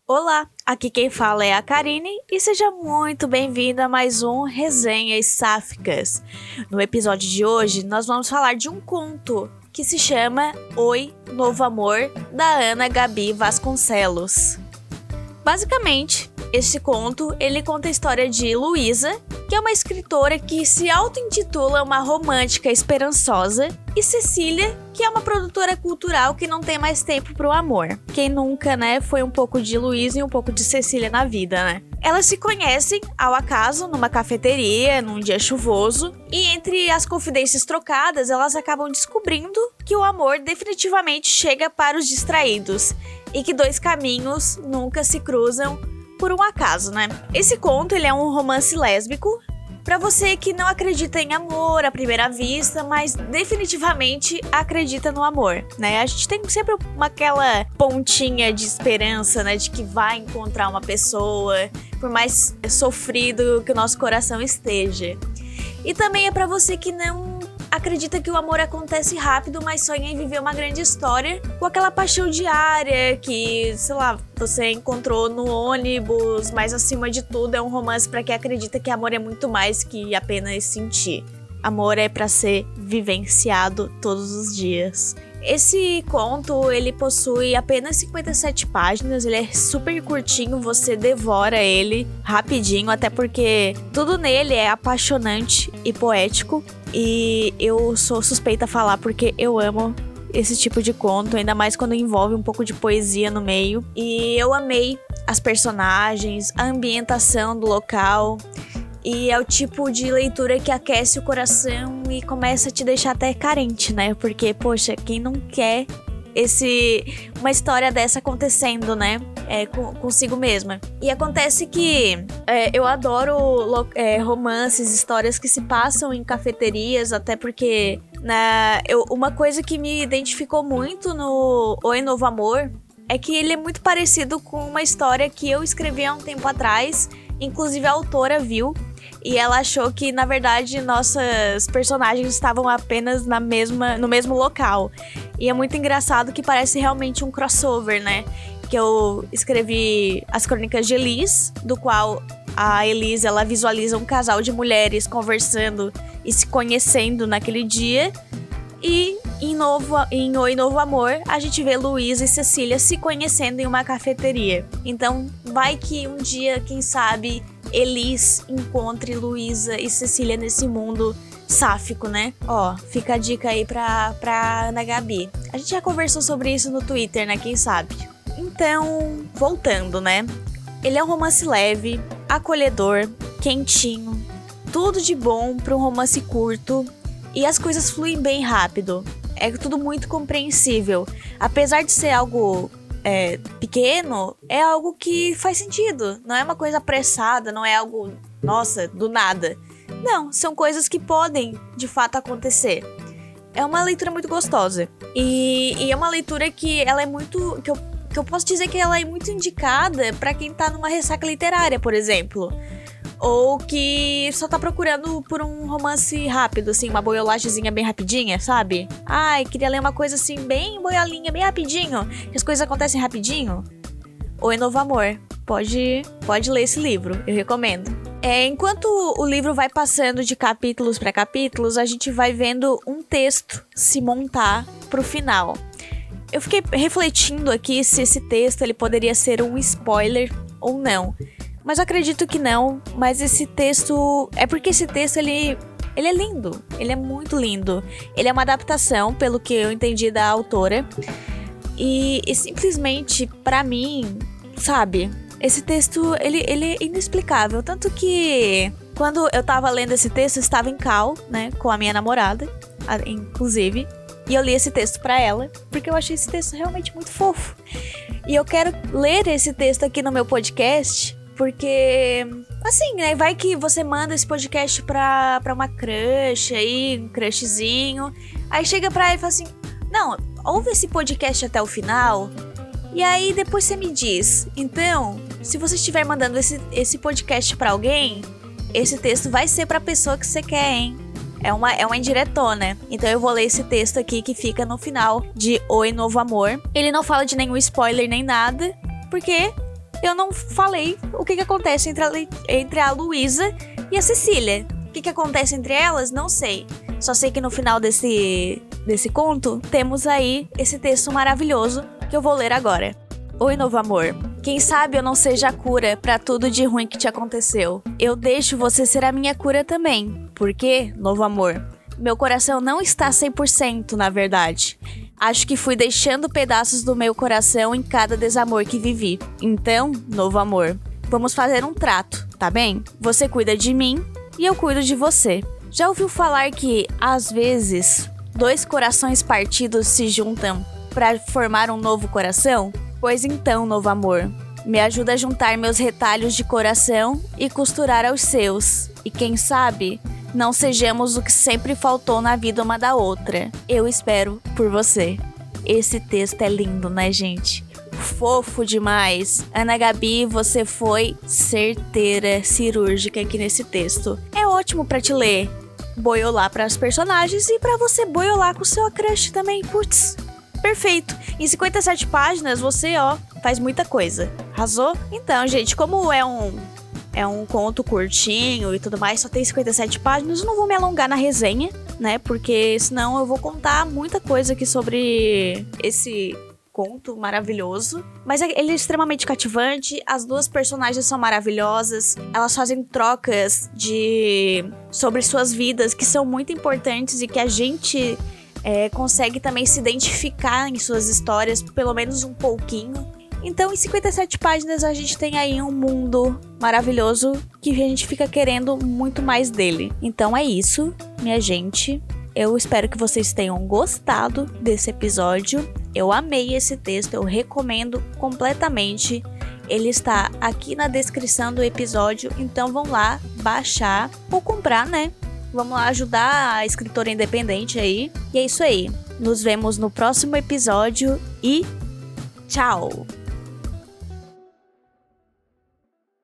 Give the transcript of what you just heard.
Olá, aqui quem fala é a Karine e seja muito bem-vinda a mais um Resenhas Sáficas. No episódio de hoje, nós vamos falar de um conto que se chama Oi, Novo Amor, da Ana Gabi Vasconcelos. Basicamente, esse conto, ele conta a história de Luísa, que é uma escritora que se auto-intitula uma romântica esperançosa, e Cecília, que é uma produtora cultural que não tem mais tempo pro amor. Quem nunca, né, foi um pouco de Luísa e um pouco de Cecília na vida, né? Elas se conhecem, ao acaso, numa cafeteria, num dia chuvoso, e entre as confidências trocadas, elas acabam descobrindo que o amor definitivamente chega para os distraídos, e que dois caminhos nunca se cruzam por um acaso, né? Esse conto, ele é um romance lésbico, pra você que não acredita em amor à primeira vista, mas definitivamente acredita no amor, né? A gente tem sempre aquela pontinha de esperança, né? De que vai encontrar uma pessoa, por mais sofrido que o nosso coração esteja. E também é pra você que não acredita que o amor acontece rápido, mas sonha em viver uma grande história com aquela paixão diária que, sei lá, você encontrou no ônibus, mas acima de tudo é um romance pra quem acredita que amor é muito mais que apenas sentir. Amor é pra ser vivenciado todos os dias. Esse conto, ele possui apenas 57 páginas, ele é super curtinho, você devora ele rapidinho, até porque tudo nele é apaixonante e poético. E eu sou suspeita a falar porque eu amo esse tipo de conto, ainda mais quando envolve um pouco de poesia no meio. E eu amei as personagens, a ambientação do local. E é o tipo de leitura que aquece o coração e começa a te deixar até carente, né? Porque, poxa, quem não quer uma história dessa acontecendo, né? Consigo mesma. E acontece que eu adoro romances, histórias que se passam em cafeterias, até porque uma coisa que me identificou muito no Oi, Novo Amor é que ele é muito parecido com uma história que eu escrevi há um tempo atrás. Inclusive a autora viu e ela achou que, na verdade, nossas personagens estavam apenas no mesmo local. E é muito engraçado que parece realmente um crossover, né? Que eu escrevi as crônicas de Elis, do qual a Elis, ela visualiza um casal de mulheres conversando e se conhecendo naquele dia. E em Oi, Novo Amor, a gente vê Luísa e Cecília se conhecendo em uma cafeteria. Então, vai que um dia, quem sabe, Elis encontre Luísa e Cecília nesse mundo sáfico, né? Ó, fica a dica aí pra Ana Gabi. A gente já conversou sobre isso no Twitter, né? Quem sabe? Então, voltando, né? Ele é um romance leve, acolhedor, quentinho, tudo de bom pra um romance curto. E as coisas fluem bem rápido. É tudo muito compreensível. Apesar de ser algo pequeno, é algo que faz sentido. Não é uma coisa apressada, não é algo, nossa, do nada. Não, são coisas que podem, de fato, acontecer. É uma leitura muito gostosa. E é uma leitura que ela é muito... Que eu posso dizer que ela é muito indicada pra quem tá numa ressaca literária, por exemplo. Ou que só tá procurando por um romance rápido, assim, uma boiolagemzinha bem rapidinha, sabe? Ai, queria ler uma coisa assim, bem boiolinha, bem rapidinho, que as coisas acontecem rapidinho. Oi, Novo Amor. Pode ler esse livro, eu recomendo. Enquanto o livro vai passando de capítulos para capítulos, a gente vai vendo um texto se montar pro final. Eu fiquei refletindo aqui se esse texto ele poderia ser um spoiler ou não. Mas eu acredito que não, mas esse texto... É porque esse texto, ele é lindo, ele é muito lindo. Ele é uma adaptação, pelo que eu entendi da autora. E simplesmente, pra mim, sabe? Esse texto, ele é inexplicável. Tanto que, quando eu tava lendo esse texto, eu estava em call, né? Com a minha namorada, inclusive. E eu li esse texto pra ela, porque eu achei esse texto realmente muito fofo. E eu quero ler esse texto aqui no meu podcast... Porque, assim, né, vai que você manda esse podcast pra uma crush aí, um crushzinho. Aí chega pra ela e fala assim, não, ouve esse podcast até o final. E aí depois você me diz. Então, se você estiver mandando esse podcast pra alguém, esse texto vai ser pra pessoa que você quer, hein? É uma indiretona. Então eu vou ler esse texto aqui que fica no final de Oi, Novo Amor. Ele não fala de nenhum spoiler nem nada, porque eu não falei o que acontece entre a Luísa e a Cecília. O que acontece entre elas, não sei. Só sei que no final desse conto, temos aí esse texto maravilhoso que eu vou ler agora. Oi, novo amor. Quem sabe eu não seja a cura pra tudo de ruim que te aconteceu. Eu deixo você ser a minha cura também. Porque, novo amor, meu coração não está 100% na verdade. Acho que fui deixando pedaços do meu coração em cada desamor que vivi. Então, novo amor, vamos fazer um trato, tá bem? Você cuida de mim e eu cuido de você. Já ouviu falar que, às vezes, 2 corações partidos se juntam para formar um novo coração? Pois então, novo amor, me ajuda a juntar meus retalhos de coração e costurar aos seus. E quem sabe, não sejamos o que sempre faltou na vida uma da outra. Eu espero por você. Esse texto é lindo, né, gente? Fofo demais. Ana Gabi, você foi certeira, cirúrgica aqui nesse texto. É ótimo pra te ler, boiolar pras personagens e pra você boiolar com o seu crush também. Putz, perfeito. Em 57 páginas, você, faz muita coisa. Arrasou? Então, gente, como é um conto curtinho e tudo mais, só tem 57 páginas, eu não vou me alongar na resenha, né? Porque senão eu vou contar muita coisa aqui sobre esse conto maravilhoso. Mas ele é extremamente cativante, as 2 personagens são maravilhosas, elas fazem trocas sobre suas vidas que são muito importantes e que a gente consegue também se identificar em suas histórias, pelo menos um pouquinho. Então, em 57 páginas, a gente tem aí um mundo maravilhoso que a gente fica querendo muito mais dele. Então é isso, minha gente. Eu espero que vocês tenham gostado desse episódio. Eu amei esse texto, eu recomendo completamente. Ele está aqui na descrição do episódio, então vão lá baixar ou comprar, né? Vamos lá ajudar a escritora independente aí. E é isso aí. Nos vemos no próximo episódio e tchau!